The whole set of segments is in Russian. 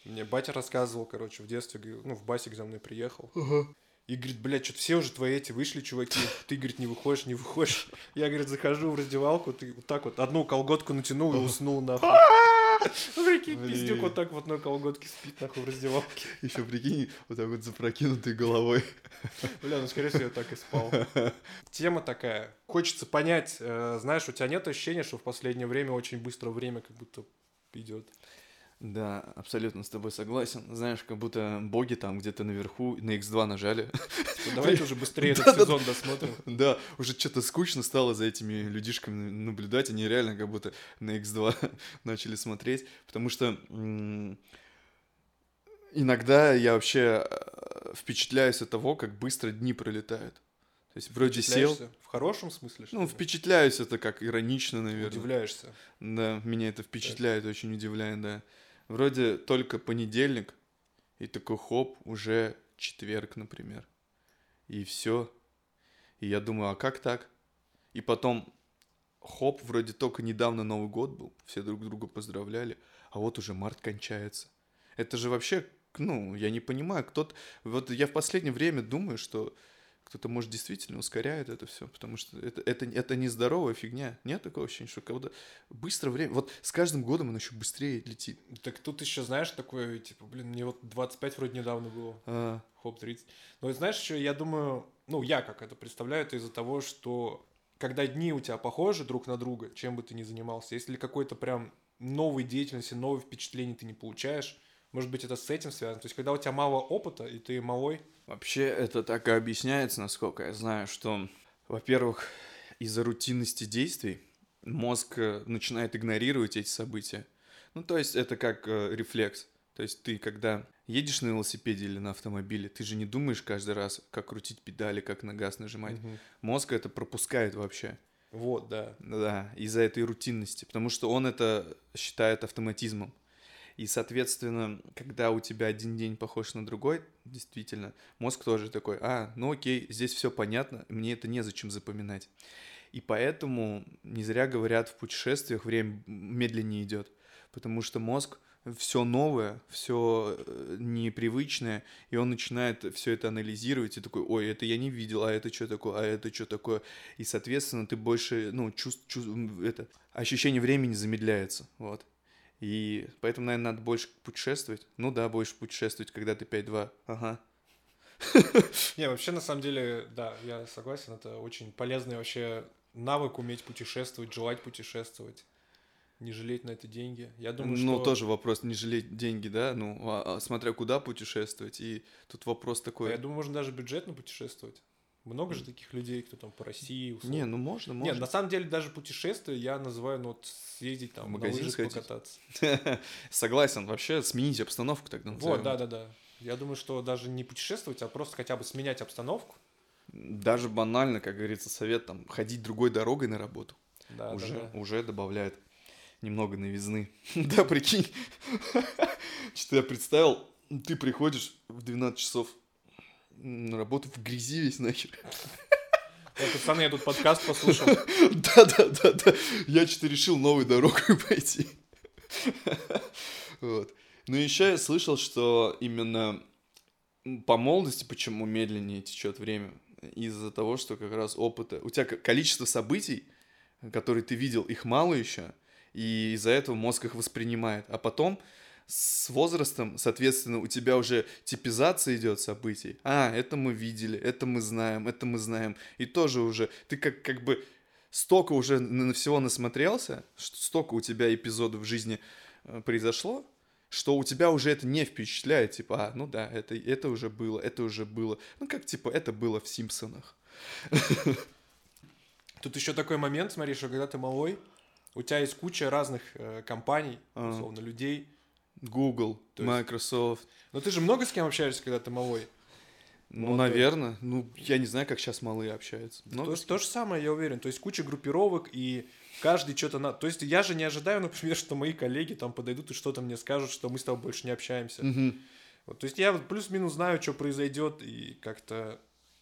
Мне батя рассказывал, короче, в детстве, ну, в басик за мной приехал. Ага. И говорит, блядь, что-то все уже твои эти вышли, чуваки. Ты, говорит, не выходишь, не выходишь. Я, говорит, захожу в раздевалку, ты вот так вот одну колготку натянул и уснул, нахуй. Ну, прикинь, пиздюк вот так в одной колготке спит, нахуй, в раздевалке. Еще прикинь, вот так вот запрокинутой головой. Бля, ну, скорее всего, я так и спал. Тема такая. Хочется понять, знаешь, у тебя нет ощущения, что в последнее время очень быстро время как будто идет? Да, абсолютно с тобой согласен. Знаешь, как будто боги там где-то наверху на X2 нажали. Давайте уже быстрее этот сезон досмотрим. Да, уже что-то скучно стало за этими людишками наблюдать. Они реально как будто на X2 начали смотреть. Потому что иногда я вообще впечатляюсь от того, как быстро дни пролетают. То есть вроде сел. В хорошем смысле, что Ну, ли? впечатляюсь, это как иронично, наверное. Удивляешься. Да, меня это впечатляет, очень удивляет, да. Вроде только понедельник, и такой хоп, уже четверг, например. И все. И я думаю, а как так? И потом, хоп, вроде только недавно Новый год был, все друг друга поздравляли, а вот уже март кончается. Это же вообще, ну, я не понимаю, кто-то... Вот я в последнее время думаю, что кто-то, может, действительно ускоряет это все, потому что это нездоровая фигня. Нет такого ощущения, что как будто быстро время... Вот с каждым годом оно еще быстрее летит. Так тут еще, знаешь, такое, типа, блин, мне вот 25 вроде недавно было. Хоп, 30. Но знаешь, еще я думаю, ну, я как это представляю, это из-за того, что когда дни у тебя похожи друг на друга, чем бы ты ни занимался, если какой-то прям новой деятельности, новых впечатлений ты не получаешь, может быть, это с этим связано. То есть, когда у тебя мало опыта, и ты малой... Вообще, это так и объясняется, насколько я знаю, что, во-первых, из-за рутинности действий мозг начинает игнорировать эти события. Ну, то есть, это как рефлекс. То есть, ты, когда едешь на велосипеде или на автомобиле, ты же не думаешь каждый раз, как крутить педали, как на газ нажимать. Мозг это пропускает вообще. Вот, да. Да, из-за этой рутинности, потому что он это считает автоматизмом. И, соответственно, когда у тебя один день похож на другой, действительно, мозг тоже такой, ну окей, здесь все понятно, мне это незачем запоминать. И поэтому не зря говорят, в путешествиях время медленнее идет, потому что мозг все новое, все непривычное, и он начинает все это анализировать, и такой, ой, это я не видел, а это что такое, а это что такое. И, соответственно, ты больше, ну, это, ощущение времени замедляется, вот. И поэтому, наверное, надо больше путешествовать. Ну да, больше путешествовать, когда ты 5-2. Ага. Не, вообще, на самом деле, да, я согласен, это очень полезный вообще навык уметь путешествовать, желать путешествовать, не жалеть на это деньги. Я думаю, Ну, что... тоже вопрос, не жалеть деньги, да? Ну, смотря куда путешествовать. И тут вопрос такой... я думаю, можно даже бюджетно путешествовать. Много же таких людей, кто там по России, условно. Не, ну можно. Нет, на самом деле даже путешествие я называю, ну, вот съездить там, на лыжах покататься. Согласен, вообще сменить обстановку тогда назовем. Вот, да. Я думаю, что даже не путешествовать, а просто хотя бы сменять обстановку. Даже банально, как говорится, совет там, ходить другой дорогой на работу. Да, уже добавляет немного новизны. Да, прикинь. Что-то я представил, ты приходишь в 12 часов на работу в грязи весь нахер. Пацаны, я тут подкаст послушал. Да. Я что-то решил новой дорогой пойти. Вот. Ну, еще я слышал, что именно по молодости почему медленнее течет время. Из-за того, что как раз опыта... У тебя количество событий, которые ты видел, их мало еще, и из-за этого мозг их воспринимает. А потом с возрастом, соответственно, у тебя уже типизация идет событий. Это мы видели, это мы знаем. И тоже уже ты как бы столько уже на всего насмотрелся, столько у тебя эпизодов в жизни произошло, что у тебя уже это не впечатляет. Типа, ну да, это уже было. Ну как, типа, это было в «Симпсонах». Тут еще такой момент, смотри, что когда ты малой, у тебя есть куча разных компаний, условно, людей. Google, Microsoft. Но ты же много с кем общаешься, когда ты малой? Ну, наверное. Ну, я не знаю, как сейчас малые общаются. То же самое, я уверен. То есть куча группировок, и каждый что-то... То есть я же не ожидаю, например, что мои коллеги там подойдут и что-то мне скажут, что мы с тобой больше не общаемся. Вот, то есть я плюс-минус знаю, что произойдет, и как-то...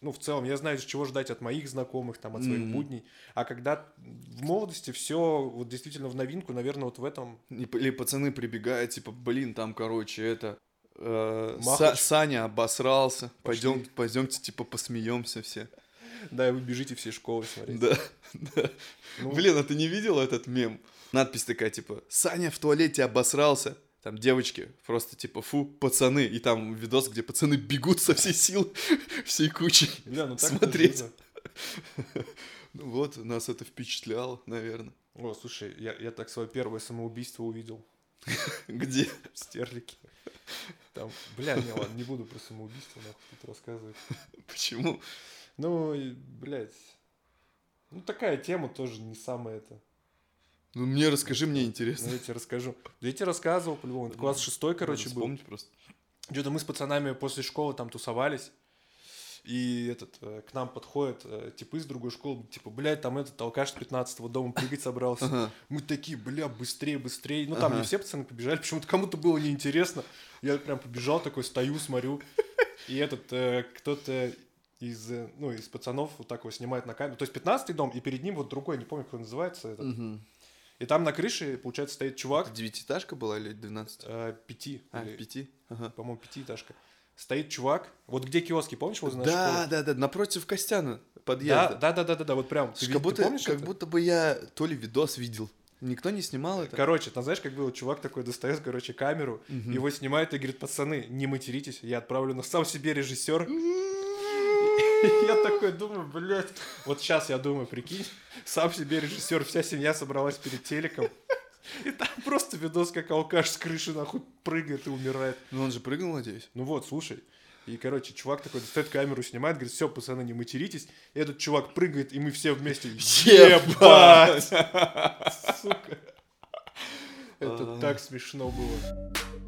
ну, в целом, я знаю, чего ждать от моих знакомых, там, от своих будней. А когда в молодости все вот действительно в новинку, наверное, вот в этом... Или пацаны прибегают, типа, блин, там, короче, это... Махач. Саня обосрался, пойдемте, типа, посмеемся все. Да, и вы бежите все школы смотреть. Да, да. Ну. Блин, а ты не видел этот мем? Надпись такая, типа, Саня в туалете обосрался. Там девочки просто типа, фу, пацаны. И там видос, где пацаны бегут со всей силы, всей кучей Бля, ну так смотреть. Ну вот, нас это впечатляло, наверное. О, слушай, я так свое первое самоубийство увидел. Где? В Стерлике. Там, бля, не, ладно, не буду про самоубийство нахуй тут рассказывать. Почему? Ну, блядь. Ну, такая тема тоже не самая это. Ну, мне расскажи, мне интересно. Ну, я тебе расскажу. Да я тебе рассказывал, по-любому. Это класс 6, короче, был. Вспомнить просто. Что-то мы с пацанами после школы там тусовались. И к нам подходят типы из другой школы. Типа, блядь, там этот алкаш с 15-го дома прыгать собрался. Ага. Мы такие, бля, быстрее, быстрее. Ну, там не все пацаны побежали. Почему-то кому-то было неинтересно. Я прям побежал такой, стою, смотрю. И кто-то из пацанов вот так его снимает на камеру. То есть 15-й дом, и перед ним вот другой, не помню, как он называется. И там на крыше, получается, стоит чувак. Это 9-этажка была или 12? 5. 5? Ага. По-моему, 5-этажка. Стоит чувак. Вот где киоски, помнишь, возле нашей школы? Да, напротив Костяна подъезда. Да, вот прям. Ты помнишь как будто бы я то ли видос видел. Никто не снимал это. Короче, там знаешь, как было, чувак такой достает, камеру, его снимает и говорит, пацаны, не материтесь, я отправлю на сам себе режиссер. Я такой думаю, блядь, вот сейчас я думаю, прикинь, сам себе режиссер, вся семья собралась перед телеком, и там просто видос, как алкаш с крыши нахуй прыгает и умирает. Ну он же прыгнул, надеюсь. Ну вот, слушай. И, короче, чувак такой достает камеру, снимает, говорит, все, пацаны, не материтесь. И этот чувак прыгает, и мы все вместе ебать! Сука. Это так смешно было.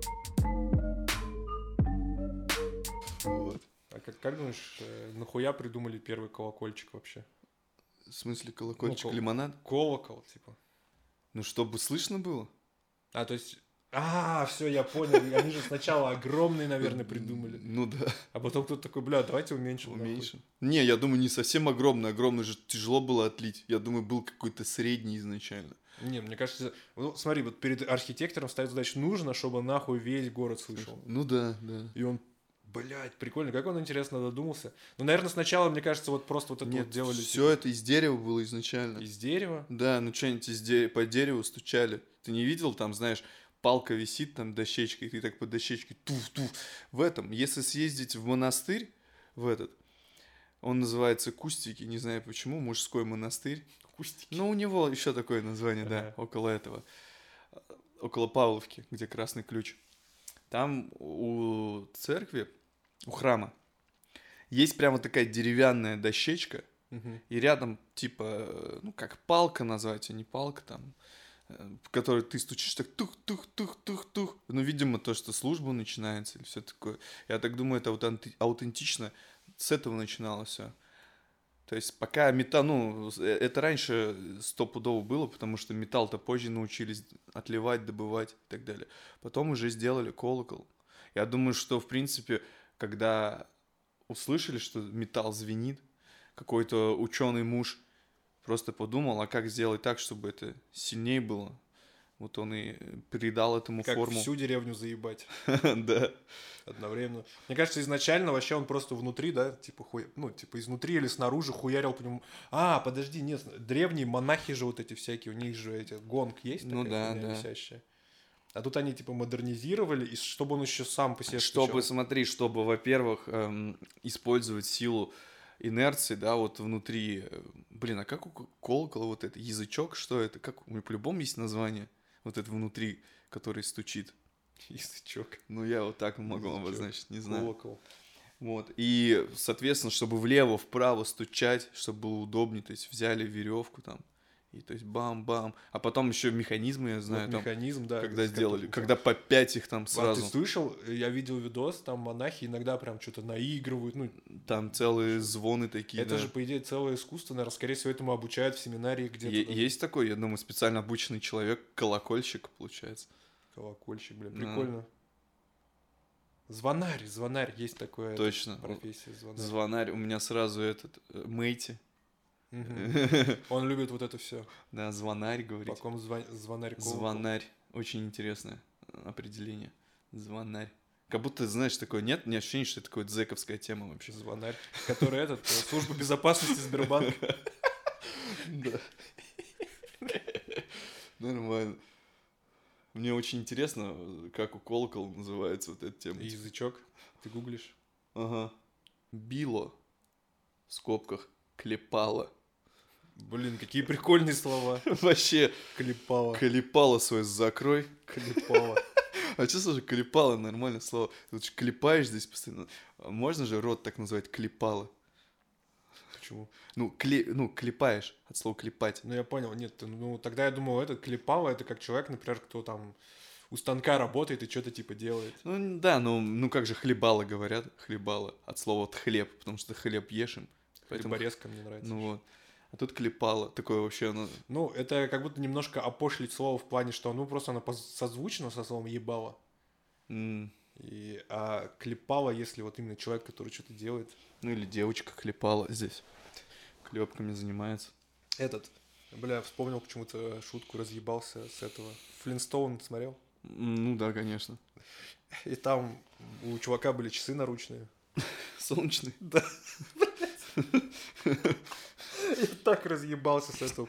Вот. А как думаешь, нахуя придумали первый колокольчик вообще? В смысле колокольчик, лимонад? Колокол, типа. Ну, чтобы слышно было. То есть... все, я понял. Они же сначала огромный, наверное, придумали. Ну да. А потом кто-то такой, бля, давайте уменьшим. Уменьшим. Не, я думаю, не совсем огромный. Огромный же тяжело было отлить. Я думаю, был какой-то средний изначально. Не, мне кажется... Ну, смотри, вот перед архитектором ставит задачу, нужно, чтобы нахуй весь город слышал. Ну да. И он, блядь, прикольно. Как он, интересно, додумался? Ну, наверное, сначала, мне кажется, вот просто вот это Нет, вот делали... все это из дерева было изначально. Из дерева? Да, ну что-нибудь по дереву стучали. Ты не видел, там, знаешь, палка висит, там, дощечкой, ты так по дощечке туф-туф. В этом, если съездить в монастырь, он называется Кустики, не знаю почему, мужской монастырь. Кустики. Ну, у него еще такое название, да, около этого. Около Павловки, где Красный Ключ. Там у церкви, у храма, есть прямо такая деревянная дощечка, и рядом, типа, ну, как палка назвать, а не палка там, в которой ты стучишь так тух-тух-тух-тух-тух. Ну, видимо, то, что служба начинается или все такое. Я так думаю, это вот аутентично с этого начиналось все. То есть пока металл, ну, это раньше стопудово было, потому что металл-то позже научились отливать, добывать и так далее. Потом уже сделали колокол. Я думаю, что, в принципе, когда услышали, что металл звенит, какой-то ученый муж просто подумал, а как сделать так, чтобы это сильнее было. Вот он и передал этому форму. Как всю деревню заебать. Да. Одновременно. Мне кажется, изначально вообще он просто внутри, да, типа изнутри или снаружи хуярил по нему. Подожди, нет, древние монахи же вот эти всякие, у них же гонг есть такая, ну да, висящая. А тут они типа модернизировали, и чтобы он еще сам по себе стучал. Чтобы, во-первых, использовать силу инерции, да, вот внутри. Блин, а как у колокола вот это? Язычок, что это? Как у меня по-любому есть название? Вот это внутри, который стучит. Язычок. Ну, я вот так могу обозначить, не знаю. Колокол. Вот. И, соответственно, чтобы влево-вправо стучать, чтобы было удобнее, то есть взяли веревку там, и то есть бам-бам. А потом еще механизмы, я знаю, вот там, механизм, да, когда сделали, когда по 5 их там сразу. ты слышал? Я видел видос, там монахи иногда прям что-то наигрывают. Ну, там целые звоны такие, это же, по идее, целое искусство, наверное, скорее всего, этому обучают в семинарии где-то. Есть такой, я думаю, специально обученный человек, колокольщик, получается. Колокольчик, блин, прикольно. Звонарь, есть такое. Точно. Профессия, звонарь. Звонарь. У меня сразу Мэйти. Он любит вот это все. Да, звонарь говорит. По какому звонарь колокол? Звонарь. Очень интересное определение. Звонарь. Как будто, знаешь, такое, нет? Не ощущение, что это такая зэковская тема вообще. Звонарь. Который служба безопасности Сбербанка. Да. Нормально. Мне очень интересно, как у колокол называется вот эта тема. Язычок. Ты гуглишь? Ага. Било. В скобках. Клепало. Блин, какие прикольные слова. Вообще. Клепало. Клепало свой закрой. Клепало. А что, слушай, клепало нормальное слово. Ты же клепаешь здесь постоянно. Можно же рот так называть клепало? Почему? Ну, клепаешь, от слова клепать. Ну, я понял, нет, тогда я думал, клепало, это как человек, например, кто там у станка работает и что-то типа делает. Ну, да, ну как же хлебало говорят, хлебало, от слова вот хлеб, потому что хлеб ешь им. Поэтому резко мне нравится. Ну вот. А тут клепало, такое вообще оно... Ну, это как будто немножко опошлить слово в плане, что просто оно созвучно со словом ебало. А клепало, если вот именно человек, который что-то делает. Ну или девочка клепала здесь. Клепками занимается. Вспомнил почему-то шутку, разъебался с этого. Флинстоун смотрел? Ну да, конечно. И там у чувака были часы наручные. Солнечные? Да. Я так разъебался с этого.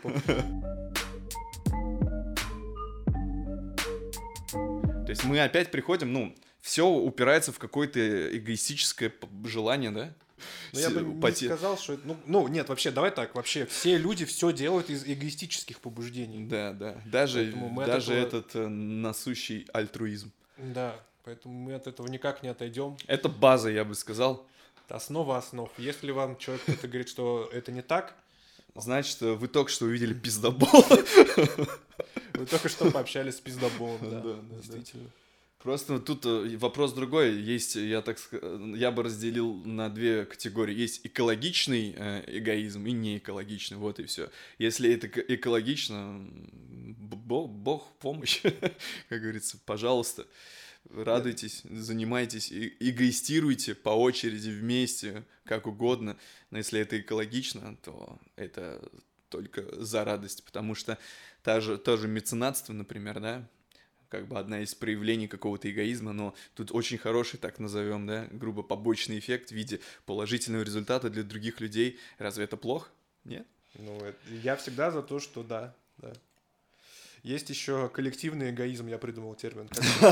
То есть мы опять приходим, все упирается в какое-то эгоистическое желание, да? Ну, я бы не сказал, что это... нет, вообще, давай так, вообще, все люди все делают из эгоистических побуждений. Да. Даже этот насущий альтруизм. Да, поэтому мы от этого никак не отойдем. Это база, я бы сказал. Основа основ. Если вам человек кто-то говорит, что это не так... Значит, вы только что увидели пиздобол. Вы только что пообщались с пиздоболом, да, действительно. Просто тут вопрос другой. Есть, я бы разделил на две категории. Есть экологичный эгоизм и неэкологичный. Вот и все. Если это экологично, Бог помощь, как говорится, пожалуйста. Радуйтесь, занимайтесь, эгоистируйте по очереди вместе, как угодно. Но если это экологично, то это только за радость. Потому что тоже меценатство, например, да, как бы одна из проявлений какого-то эгоизма, но тут очень хороший, так назовем, да, грубо побочный эффект в виде положительного результата для других людей. Разве это плохо? Нет? Я всегда за то, что да. Есть еще коллективный эгоизм, я придумал термин.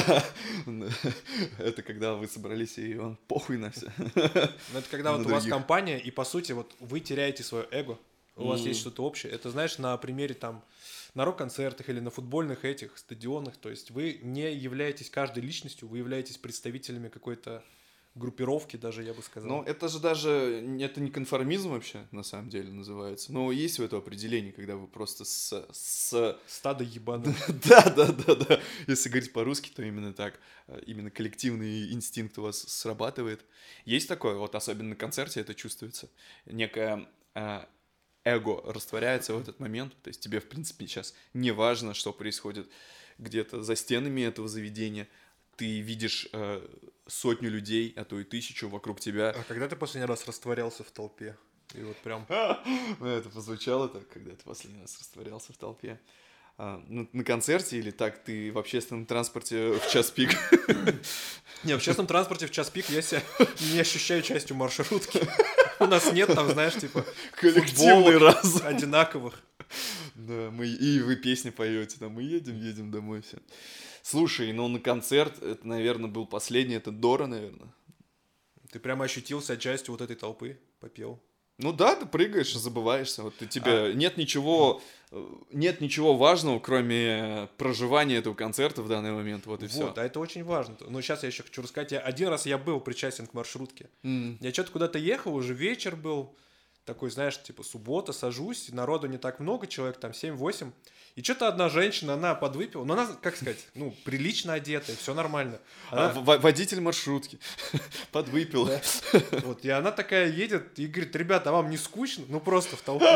Это когда вы собрались, и он похуй на все. Это когда вот у вас компания, и по сути вот вы теряете свое эго, у вас есть что-то общее. Это, знаешь, на примере там на рок-концертах или на футбольных стадионах, то есть вы не являетесь каждой личностью, вы являетесь представителями какой-то группировки даже, я бы сказал. Ну, это же даже, это не конформизм вообще, на самом деле, называется. Но есть в этом определении, когда вы просто стадо ебаное. Да. Если говорить по-русски, то именно так. Именно коллективный инстинкт у вас срабатывает. Есть такое, вот особенно на концерте это чувствуется. Некое эго растворяется в этот момент. То есть тебе, в принципе, сейчас не важно, что происходит где-то за стенами этого заведения. Ты видишь сотню людей, а то и 1000 вокруг тебя. А когда ты последний раз растворялся в толпе? И вот прям... Это прозвучало так, когда ты последний раз растворялся в толпе. На концерте или так ты в общественном транспорте в час пик? Не, в общественном транспорте в час пик я себя не ощущаю частью маршрутки. У нас нет там, знаешь, типа коллективный разум одинаковых. Да, и вы песни поете, там мы едем домой все. Слушай, на концерт, это, наверное, был последний, это Дора, наверное. Ты прямо ощутил себя частью вот этой толпы, попел. Ну да, ты прыгаешь и забываешься. Вот нет ничего важного, кроме проживания этого концерта в данный момент. Вот и все. Вот, а это очень важно. Но сейчас я еще хочу рассказать. Один раз я был причастен к маршрутке. Я что-то куда-то ехал, уже вечер был. такой, знаешь, типа суббота, сажусь, народу не так много, человек там 7-8, и что-то одна женщина, она подвыпила, но она, как сказать, ну, прилично одетая, все нормально. Она... Водитель маршрутки подвыпил. Да. Вот, и она такая едет и говорит: ребята, а вам не скучно? Ну, просто в толпу.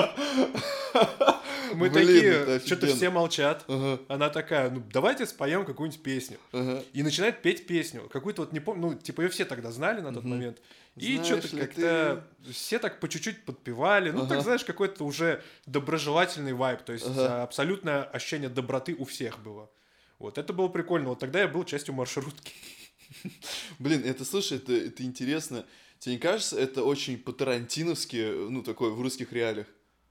Мы такие, что-то все молчат. Она такая: ну, давайте споем какую-нибудь песню. И начинает петь песню. Какую-то вот не помню, ну, типа ее все тогда знали на тот момент. И что-то как-то все так по чуть-чуть подпевали. Ну, так, знаешь, какой-то уже доброжелательный вайб. То есть абсолютное ощущение доброты у всех было. Вот, это было прикольно. Вот тогда я был частью маршрутки. Блин, это, слушай, это интересно. Тебе не кажется, это очень по-тарантиновски, ну, такое, в русских реалиях?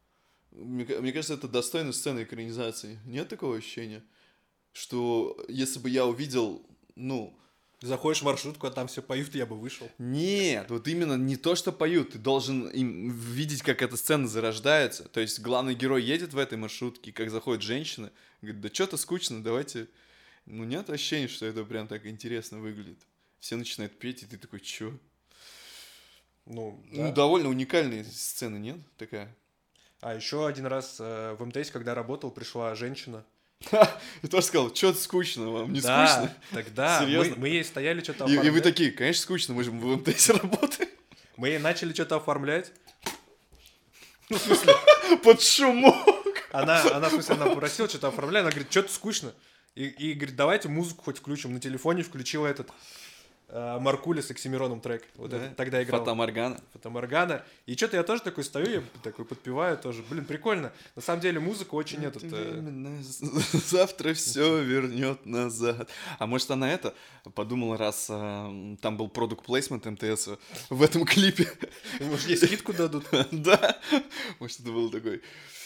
Мне кажется, это достойно сцены экранизации. Нет такого ощущения? Что если бы я увидел, ну... Заходишь в маршрутку, а там все поют, я бы вышел. Нет, вот именно не то, что поют. Ты должен им видеть, как эта сцена зарождается. То есть главный герой едет в этой маршрутке, как заходит женщина, говорит: да что-то скучно, давайте... Ну, нет ощущения, что это прям так интересно выглядит. Все начинают петь, и ты такой: чё? Ну, да. Ну, довольно уникальная сцена, нет? Такая. А еще один раз в МТС, когда работал, пришла женщина. И тоже сказал: что-то скучно, вам не да, скучно? Тогда Серьезно? мы ей стояли что-то И оформлять. вы такие: конечно, скучно, мы же в МТС работаем. Мы ей начали что-то оформлять. Ну, в смысле, под шумок. Она, в смысле, она попросила что-то оформлять, она говорит: что-то скучно. И говорит: давайте музыку хоть включим. На телефоне включила этот Маркуля с Оксимироном трек. Вот Да? это тогда играл. Фатаморгана. И что-то я тоже такой стою, я такой подпеваю тоже. Блин, прикольно. На самом деле музыка очень Завтра все вернет назад. А может, она это подумала, раз там был продукт плейсмент МТС в этом клипе. Может, ей скидку дадут? Да. Может, это был такой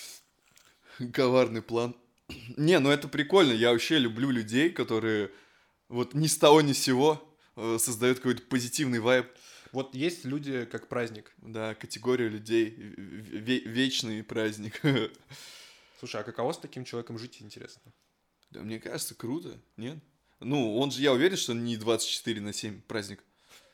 коварный план. Не, ну это прикольно. Я вообще люблю людей, которые вот ни с того ни с сего создают какой-то позитивный вайб. Вот есть люди как праздник. Да, категория людей. Вечный праздник. Слушай, а каково с таким человеком жить, интересно? Да, мне кажется, круто, нет? Ну, он же, я уверен, что не 24/7 праздник.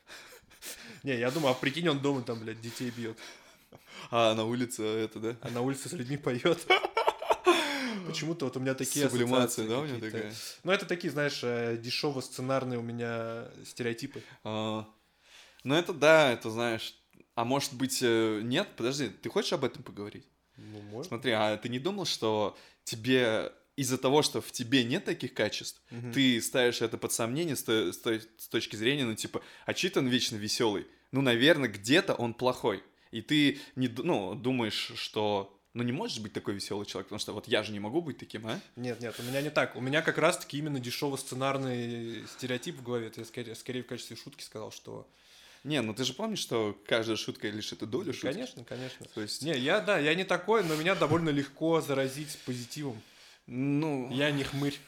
Не, я думаю, а прикинь, он дома там, блядь, детей бьет. А на улице это, да? А на улице с людьми поет. Почему-то вот у меня такие ассоциации, да, у меня такая? Ну, это такие, знаешь, дешево-сценарные у меня стереотипы. Ну, это да, это знаешь... А может быть, нет? Подожди, ты хочешь об этом поговорить? Ну, можно. Смотри, а ты не думал, что тебе из-за того, что в тебе нет таких качеств, ты ставишь это под сомнение с точки зрения, ну, типа, а чит он вечно веселый? Ну, наверное, где-то он плохой. И ты не, думаешь, что... Ну, не можешь быть такой веселый человек, потому что вот я же не могу быть таким, а? Нет, у меня не так. У меня как раз-таки именно дешево-сценарный стереотип в голове. Это я скорее в качестве шутки сказал, что... Не, ну ты же помнишь, что каждая шутка лишь это доля шутки? Конечно. То есть... Не, я не такой, но меня довольно легко заразить позитивом. Ну... Я не хмырь.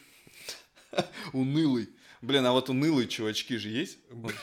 Унылый. Блин, а вот унылые чувачки же есть?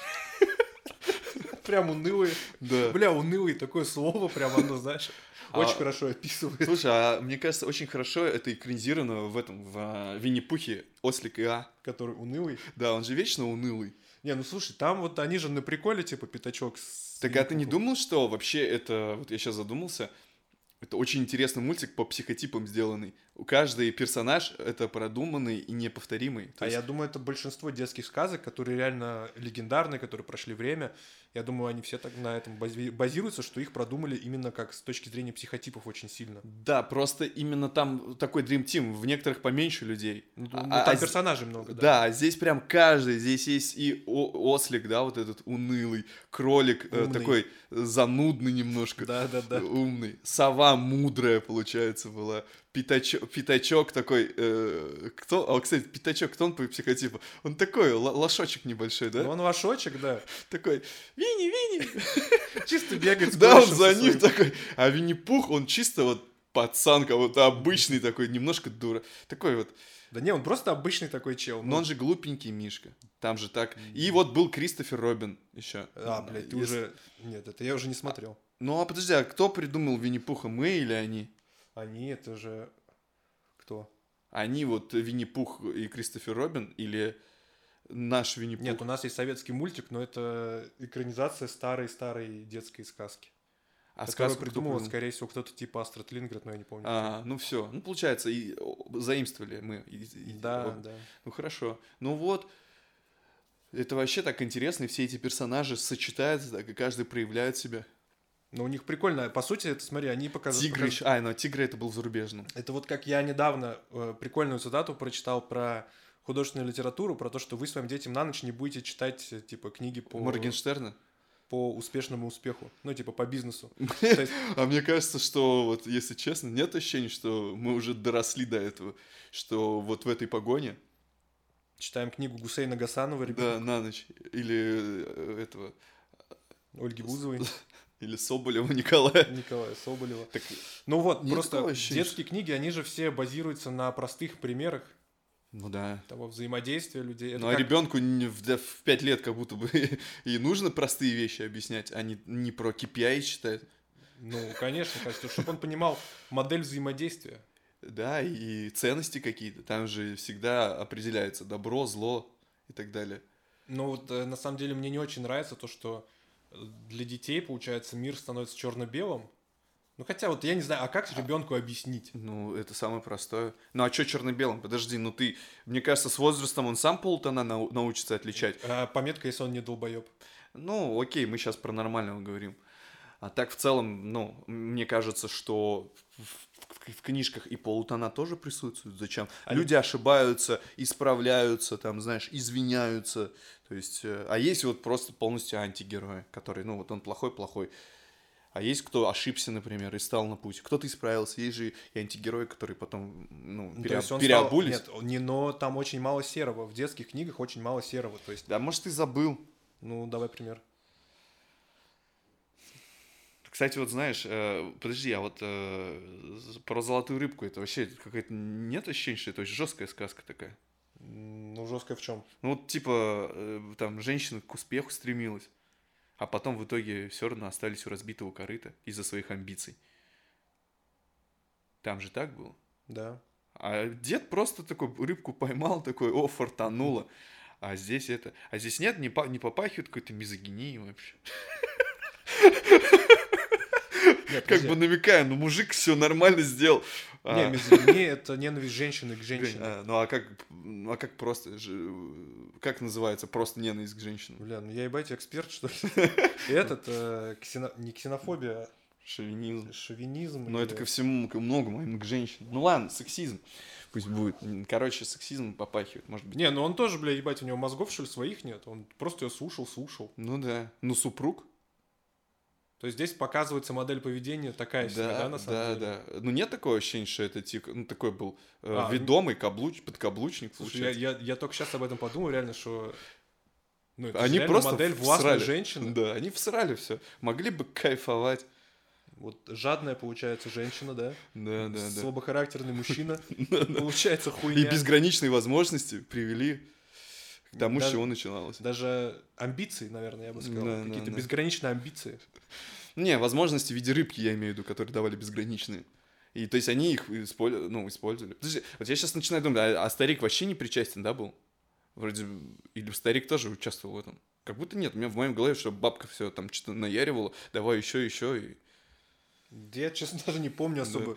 Прям унылые. Да. Бля, унылый, такое слово прям, оно, знаешь, очень хорошо описывает. Слушай, а мне кажется, очень хорошо это экранизировано в Винни-Пухе Ослик и А. Который унылый. Да, он же вечно унылый. Не, ну слушай, там вот они же на приколе, типа, пятачок. Так а ты не думал, что вообще это... Вот я сейчас задумался. Это очень интересный мультик по психотипам сделанный. У каждый персонаж это продуманный и неповторимый. Я думаю, это большинство детских сказок, которые реально легендарные, которые прошли время. Я думаю, они все так на этом базируются, что их продумали именно как с точки зрения психотипов очень сильно. Да, просто именно там такой Dream Team, в некоторых поменьше людей. Там персонажей много, да. Да, здесь прям каждый, здесь есть и ослик, да, вот этот унылый, кролик такой занудный немножко. Да. Умный. Сова мудрая, получается, была. Пятачок такой, кто? А, кстати, Пятачок, кто он по психотипу? Он такой, лошочек небольшой, да? Ну, он лошочек, да. Такой, Винни! Чисто бегает с да, он за ним такой. А Винни-Пух, он чисто вот пацан, кого-то обычный такой, немножко дура. Такой вот. Да не, он просто обычный такой чел. Но он же глупенький Мишка. Там же так. И вот был Кристофер Робин еще. Блядь, ты уже... Нет, это я уже не смотрел. Ну, а подожди, а кто придумал Винни-Пуха, мы или они? Они, это же... Кто? Они вот Винни-Пух и Кристофер Робин или наш Винни-Пух? Нет, у нас есть советский мультик, но это экранизация старой детской сказки. Который придумал, скорее всего, кто-то типа Астрид Лингрен, но я не помню. Ну все. Ну, получается, и заимствовали мы. Да. Ну, хорошо. Ну вот, это вообще так интересно, и все эти персонажи сочетаются, так, и каждый проявляет себя. Ну, у них прикольно. По сути, это, смотри, они показывают... Тигры это был зарубежным. Это вот как я недавно прикольную цитату прочитал про художественную литературу, про то, что вы своим детям на ночь не будете читать, типа, книги по... Моргенштерна? По успешному успеху, ну, типа, по бизнесу. А мне кажется, что, вот, если честно, нет ощущения, что мы уже доросли до этого, что вот в этой погоне... Читаем книгу Гусейна Гасанова, ребята. Да, на ночь. Или этого... Ольги Бузовой. Или Соболева Николая. Николая Соболева. Так, ну вот, просто ощущения, детские книги, они же все базируются на простых примерах. Ну да. Того взаимодействия людей. Это ребенку в 5 лет как будто бы и нужно простые вещи объяснять, а не про KPI считать. Ну, конечно, чтобы он понимал модель взаимодействия. Да, и ценности какие-то. Там же всегда определяется добро, зло и так далее. Ну вот, на самом деле, мне не очень нравится то, что для детей, получается, мир становится черно-белым. Ну, хотя вот я не знаю, а как ребенку объяснить? Ну, это самое простое. Ну, а что черно-белым? Подожди, мне кажется, с возрастом он сам полтона научится отличать. Пометка, если он не долбоеб. Ну, окей, мы сейчас про нормального говорим. А так, в целом, ну, мне кажется, что в книжках и полутона тоже присутствуют. Зачем? Люди ошибаются, исправляются, там, знаешь, извиняются. То есть, а есть вот просто полностью антигерои, который, ну, вот он плохой-плохой. А есть кто ошибся, например, и стал на путь. Кто-то исправился. Есть же и антигерои, которые потом, переобулись. Нет, но там очень мало серого. В детских книгах очень мало серого. То есть... Да, может, ты забыл. Ну, давай пример. Кстати, вот знаешь, подожди, а вот про золотую рыбку, это вообще какая-то нет ощущения, что это очень жесткая сказка такая? Ну, жесткая в чем? Ну, вот типа, там, женщина к успеху стремилась, а потом в итоге все равно остались у разбитого корыта из-за своих амбиций. Там же так было? Да. А дед просто такой рыбку поймал, такой, фартануло. А здесь нет, не попахивает какой-то мизогинией вообще. Нет, как бы намекая, ну мужик все нормально сделал. Не, мизогиния — это ненависть женщины к женщине. Ну а как просто, как называется просто ненависть к женщинам? Бля, ну я ебать эксперт, что ли? Не ксенофобия, а шовинизм. Но это ко всему, ко многому, именно к женщинам. Ну ладно, сексизм. Пусть будет. Короче, сексизм попахивает, может быть. Не, ну он тоже, бля, ебать, у него мозгов, что ли, своих нет. Он просто ее слушал. Ну да. Ну супруг. То есть здесь показывается модель поведения такая себе, да, на самом деле? Да. Ну нет такого ощущения, что это типа, ну такой был ведомый подкаблучник. Слушай, я только сейчас об этом подумал, реально, что... Ну, это они просто модель властной женщины. Да, они всрали все. Могли бы кайфовать. Вот жадная, получается, женщина, да? Да. Слабохарактерный мужчина. Получается хуйня. И безграничные возможности привели к тому, с чего начиналось. Даже амбиции, наверное, я бы сказал. Какие-то безграничные амбиции. Не, возможности в виде рыбки, я имею в виду, которые давали безграничные. И то есть они их использовали. Подожди, вот я сейчас начинаю думать, а старик вообще не причастен, да, был? Вроде, или старик тоже участвовал в этом? Как будто нет, у меня в моем голове, что бабка все там что-то наяривала, давай еще, и... Я, честно, даже не помню особо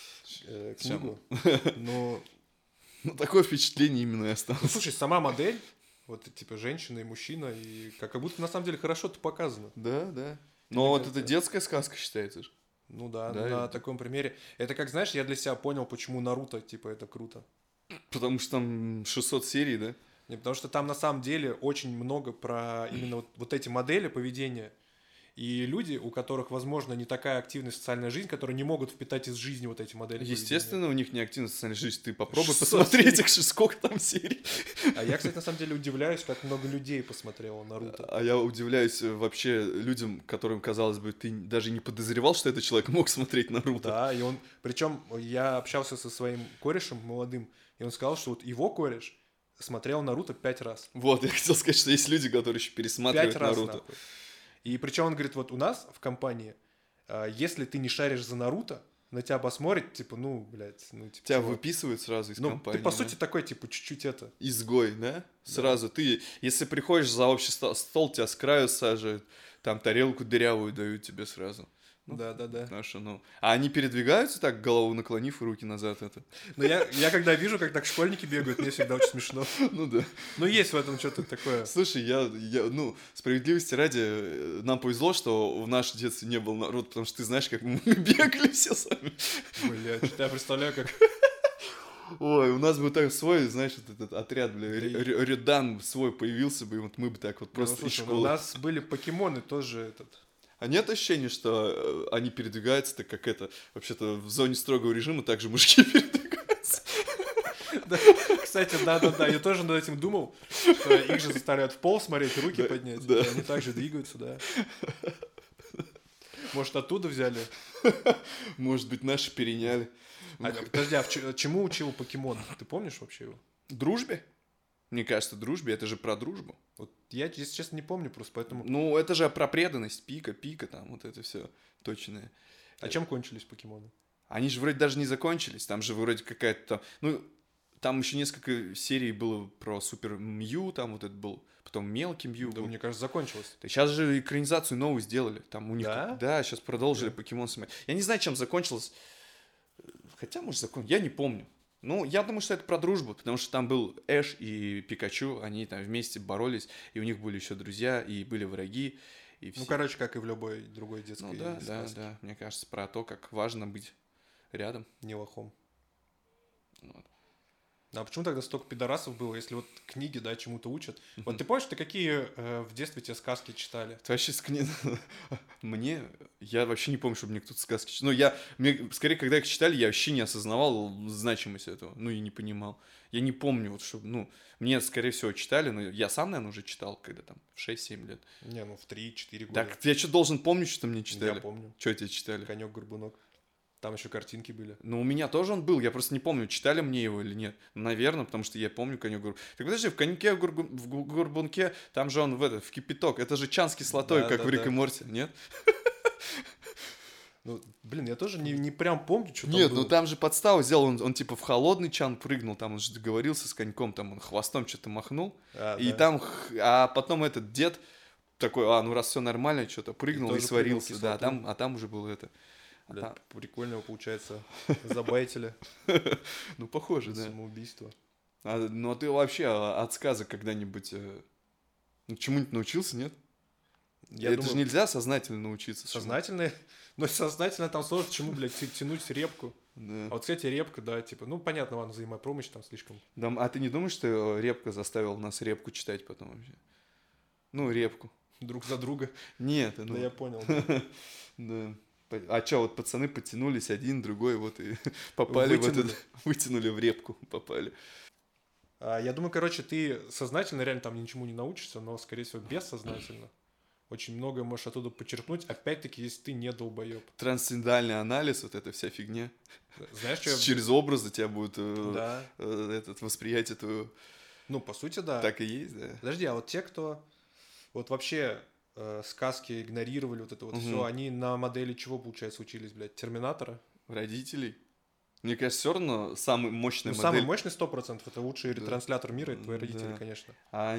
книгу, но... Ну, такое впечатление именно и осталось. Ну, слушай, сама модель, вот, типа, женщина и мужчина, и как будто, на самом деле, хорошо это показано. Да. Но вот это детская сказка считается же. Ну да, на таком примере. Это как, знаешь, я для себя понял, почему Наруто, типа, это круто. Потому что там 600 серий, да? Не, потому что там, на самом деле, очень много про именно вот эти модели поведения. И люди, у которых, возможно, не такая активная социальная жизнь, которые не могут впитать из жизни вот эти модели. Естественно, у них не активная социальная жизнь. Ты попробуй посмотреть их, сколько там серий. А я, кстати, на самом деле удивляюсь, как много людей посмотрело Наруто. А я удивляюсь вообще людям, которым, казалось бы, ты даже не подозревал, что этот человек мог смотреть Наруто. Да, и он... Причем я общался со своим корешем молодым, и он сказал, что вот его кореш смотрел Наруто 5 раз. Вот, я хотел сказать, что есть люди, которые еще пересматривают 5 раз, Наруто. Нахуй. И причем он говорит, вот у нас в компании, если ты не шаришь за Наруто, на тебя посмотрит, типа, ну, блядь, ну, типа... Тебя выписывают сразу из компании. Ты, по сути, такой, типа, чуть-чуть это... Изгой, да? Сразу. Ты, если приходишь за общий стол, тебя с краю сажают, там тарелку дырявую дают тебе сразу. Ну, Да-да-да. потому что, А они передвигаются так, голову наклонив и руки назад это? Ну, я когда вижу, как так школьники бегают, мне всегда очень смешно. Ну да. Ну, есть в этом что-то такое. Слушай, справедливости ради, нам повезло, что в наше детстве не был народ, потому что ты знаешь, как мы бегали все сами. Блядь, что-то я представляю, как... Ой, у нас бы так свой, знаешь, вот этот отряд, бля, Да Рёдан свой появился бы, и вот мы бы так вот просто из слушай, у школы. нас были покемоны тоже этот... А нет ощущения, что они передвигаются, так как это, вообще-то в зоне строгого режима также мужики передвигаются. Кстати, да-да-да, я тоже над этим думал, что их же заставляют в пол смотреть, руки поднять, да. и они также двигаются, да. Может, оттуда взяли? Может быть, наши переняли. Подожди, а чему учил покемон? Ты помнишь вообще его? Дружбе? Мне кажется, дружбе, это же про дружбу. Вот я, если честно, не помню просто, поэтому... Ну, это же про преданность, пика, там, вот это все точное. А чем кончились покемоны? Они же вроде даже не закончились, там же вроде какая-то там... там еще несколько серий было про Супер Мью, там вот это был, потом Мелкий Мью. Да, был. мне кажется, закончилось. Да сейчас же экранизацию новую сделали, там у них... Да? Да, сейчас продолжили покемон смотреть. Я не знаю, чем закончилось, хотя, может, закончилось, я не помню. Ну, я думаю, что это про дружбу, потому что там был Эш и Пикачу, они там вместе боролись, и у них были еще друзья, и были враги. И все. Ну, короче, как и в любой другой детской сказке. Да, мне кажется, про то, как важно быть рядом. Не лохом. Вот. А почему тогда столько пидорасов было, если вот книги, да, чему-то учат? Вот ты помнишь, какие в детстве тебе сказки читали? Ты вообще я вообще не помню, чтобы мне кто-то сказки читал. Скорее, когда их читали, я вообще не осознавал значимость этого, и не понимал. Я не помню, вот, чтобы, мне, скорее всего, читали, но я сам, наверное, уже читал, когда там в 6-7 лет. Не, в 3-4 года. Так, я что, должен помнить, что мне читали? Я помню. Что тебе читали? Конек-горбунок. Там еще картинки были. Ну, у меня тоже он был, я просто не помню, читали мне его или нет. Наверное, потому что я помню конек-горбунок. Так подожди, в коньке-горбунке, там же он в кипяток. Это же чан с кислотой, Да, как да, в Рик и да. Морти, нет? Ну, блин, я тоже не прям помню, что там Нет, было. там же подставу сделал, он типа в холодный чан прыгнул, там он же договорился с коньком, там он хвостом что-то махнул. И да. там, а потом этот дед такой, раз все нормально, что-то прыгнул и сварился. Да, там уже было это. Блядь, прикольного, получается, забайтили. Ну, похоже, да. Самоубийство. Ну, а ты вообще от сказок когда-нибудь чему-нибудь научился, нет? Это же нельзя сознательно научиться. Сознательно? Но сознательно там сложно чему, блядь, тянуть репку. Да. А вот, кстати, репка, да, типа, понятно, ладно, взаимопомощь там слишком. Да, а ты не думаешь, что репка заставила нас репку читать потом вообще? Ну, репку. Друг за друга. Нет. Да, я понял. Да. А что, вот пацаны подтянулись, один, другой, вот и попали вытянули в репку, попали. Я думаю, короче, ты сознательно реально там ничему не научишься, но, скорее всего, бессознательно. Очень многое можешь оттуда почерпнуть, опять-таки, если ты не долбоеб. Трансцендентальный анализ, вот эта вся фигня. Знаешь, что... Через образы тебя будет восприятие твое. Ну, по сути, да. Так и есть, да. Подожди, а вот те, кто вот вообще сказки игнорировали, вот это вот все, они на модели чего, получается, учились, блядь? Терминатора? Родителей. Мне кажется, все равно самый мощный модель... Самый мощный 100%, это лучший ретранслятор мира, это твои родители, конечно.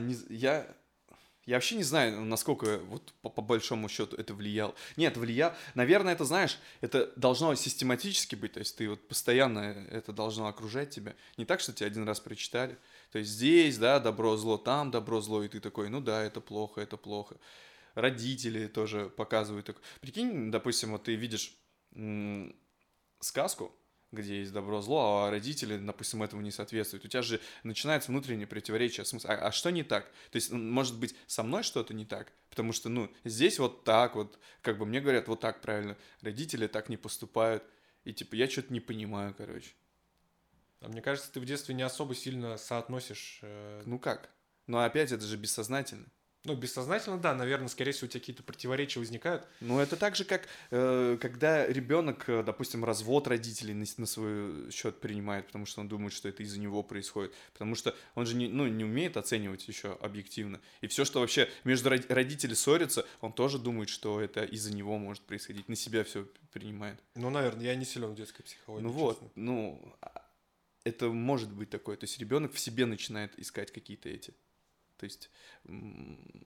Я вообще не знаю, насколько вот по большому счету это влияло. Нет, влиял. Наверное, это, знаешь, это должно систематически быть, то есть ты вот постоянно это должно окружать тебя. Не так, что тебе один раз прочитали. То есть здесь, да, добро, зло, там добро, зло, и ты такой, ну да, это плохо, это плохо. Родители тоже показывают. Прикинь, допустим, вот ты видишь сказку, где есть добро, зло, а родители, допустим, этому не соответствуют. У тебя же начинается внутреннее противоречие. А что не так? То есть, может быть, со мной что-то не так? Потому что, здесь вот так вот, как бы мне говорят, вот так правильно. Родители так не поступают. И типа, я что-то не понимаю, короче. А мне кажется, ты в детстве не особо сильно соотносишь... Ну как? Но опять это же бессознательно. Ну, бессознательно, да, наверное, скорее всего, у тебя какие-то противоречия возникают. Ну, это так же, как когда ребенок, допустим, развод родителей на свой счет принимает, потому что он думает, что это из-за него происходит. Потому что он же не умеет оценивать еще объективно. И все, что вообще между родители ссорятся, он тоже думает, что это из-за него может происходить. На себя все принимает. Ну, наверное, я не силен в детской психологии. Ну вот, это может быть такое. То есть ребенок в себе начинает искать какие-то эти. То есть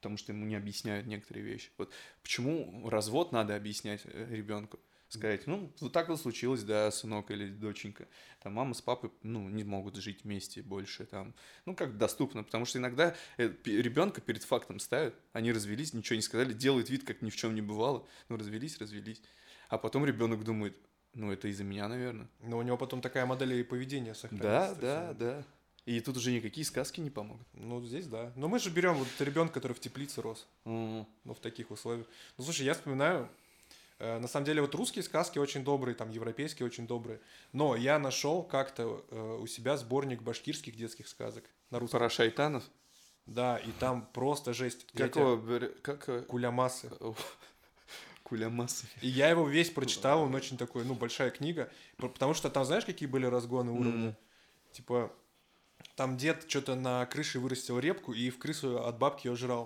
потому что ему не объясняют некоторые вещи. Вот почему развод надо объяснять ребенку? Сказать, ну, вот так вот случилось, да, сынок или доченька. Там мама с папой, ну, не могут жить вместе больше, там, ну, как доступно, потому что иногда ребенка перед фактом ставят, они развелись, ничего не сказали, делают вид, как ни в чем не бывало, ну, развелись, а потом ребенок думает, ну, это из-за меня, наверное. Но у него потом такая модель и поведения сохраняется. Да. И тут уже никакие сказки не помогут. Ну, здесь да. Но мы же берем вот ребенка, который в теплице рос. Ну, в таких условиях. Ну, слушай, я вспоминаю, на самом деле, вот русские сказки очень добрые, там, европейские очень добрые. Но я нашел как-то у себя сборник башкирских детских сказок на русском. Про шайтанов? Да, и там просто жесть. Как? Кулямасы. Кулямасы. И я его весь прочитал, он очень такой, ну, большая книга. Потому что там, знаешь, какие были разгоны уровня? Типа, там дед что-то на крыше вырастил репку и в крысу от бабки ее жрал.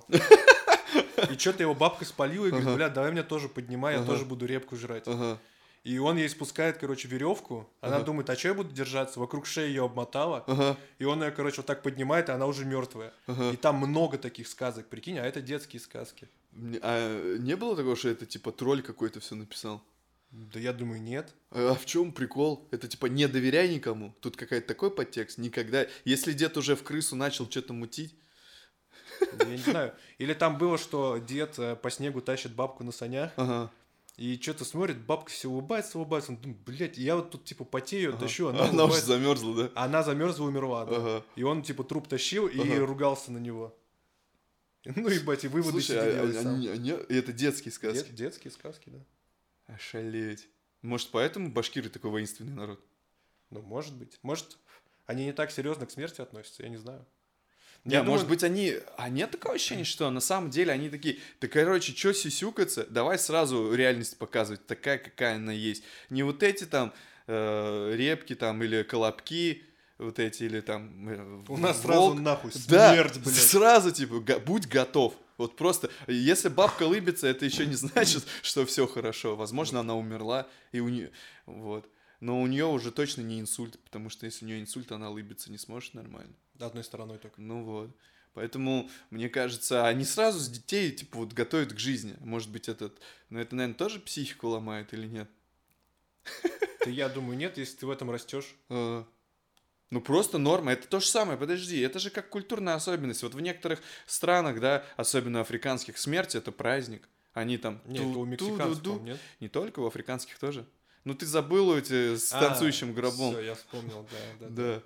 И что-то его бабка спалила и говорит, бля, давай меня тоже поднимай, я тоже буду репку жрать. И он ей спускает, короче, веревку. Она думает, а что я буду держаться? Вокруг шеи ее обмотала. И он ее, короче, вот так поднимает, и она уже мертвая. И там много таких сказок, прикинь, а это детские сказки. А не было такого, что это типа тролль какой-то все написал? Да я думаю, нет. А в чем прикол? Это типа не доверяй никому. Тут какой-то такой подтекст. Никогда. Если дед уже в крысу начал что-то мутить. Я не знаю. Или там было, что дед по снегу тащит бабку на санях. И что-то смотрит, бабка все улыбается. Он думает, блядь, я вот тут типа потею, тащу, она уже замерзла, да? Она замерзла и умерла, да. И он типа труп тащил и ругался на него. Ну, ебать, и выводы себе делать сам. Это детские сказки? Детские сказки, да. Ошалеть. Может, поэтому башкиры такой воинственный народ? Ну, может быть. Может, они не так серьезно к смерти относятся, я не знаю. Не, может быть, они... А нет такого ощущения, что на самом деле они такие... Да, короче, что сисюкаться? Давай сразу реальность показывать, такая, какая она есть. Не вот эти там репки там или колобки, вот эти, или там... У нас сразу нахуй смерть, да, блядь. Сразу, типа, будь готов. Вот просто, если бабка улыбится, это еще не значит, что все хорошо. Возможно, она умерла, и у нее... Вот. Но у нее уже точно не инсульт, потому что если у нее инсульт, она улыбиться не сможет нормально. Одной стороной только. Ну вот. Поэтому, мне кажется, они сразу с детей, типа, вот готовят к жизни. Может быть, ну, это, наверное, тоже психику ломает или нет? Да я думаю, нет, если ты в этом растешь. Ну, просто норма. Это то же самое, подожди. Это же как культурная особенность. Вот в некоторых странах, да, особенно африканских, смерть — это праздник. Они там... Нет, это у мексиканцев, нет? Не только, у африканских тоже. Ну, ты забыл эти с танцующим гробом. Все, я вспомнил, да.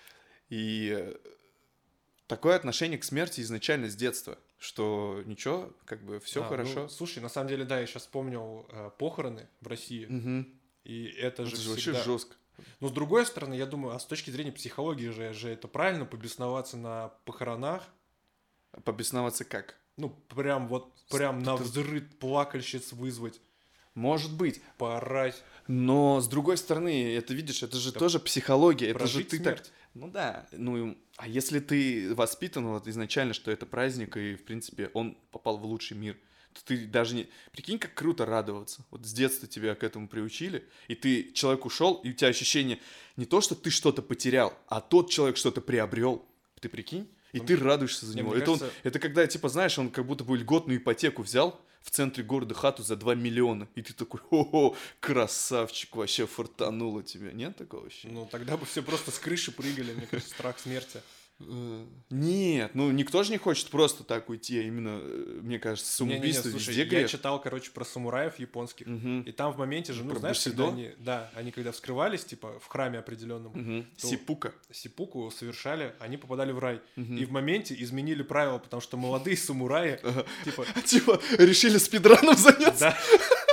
И такое отношение к смерти изначально с детства, что ничего, как бы все хорошо. Ну, слушай, на самом деле, да, я сейчас вспомнил похороны в России, и это же вообще жестко. Но с другой стороны, я думаю, а с точки зрения психологии же это правильно побесноваться на похоронах? Побесноваться как? Ну, прям на взрыв плакальщиц вызвать. Может быть. Поорать. Но, с другой стороны, это, видишь, это же тоже психология. Это же ты смерть. Так... Ну да. Ну, а если ты воспитан вот изначально, что это праздник, и, в принципе, он попал в лучший мир, то ты даже не... Прикинь, как круто радоваться. Вот с детства тебя к этому приучили, и ты, человек ушел, и у тебя ощущение не то, что ты что-то потерял, а тот человек что-то приобрел. Ты прикинь? И ты радуешься за него. Это когда, типа, знаешь, он как будто бы льготную ипотеку взял, в центре города хату за 2 миллиона. И ты такой, о, красавчик, вообще фартануло тебе. Нет такого вообще? Ну, тогда бы все просто с крыши прыгали, мне кажется, страх смерти. Нет, ну никто же не хочет просто так уйти, а именно, мне кажется, самоубийство везде грех. Я читал, короче, про самураев японских, и там в моменте же, ну, знаешь, когда они когда вскрывались, типа, в храме определенном, сиппуку совершали, они попадали в рай. И в моменте изменили правила, потому что молодые самураи, типа, решили спидраном заняться. Да.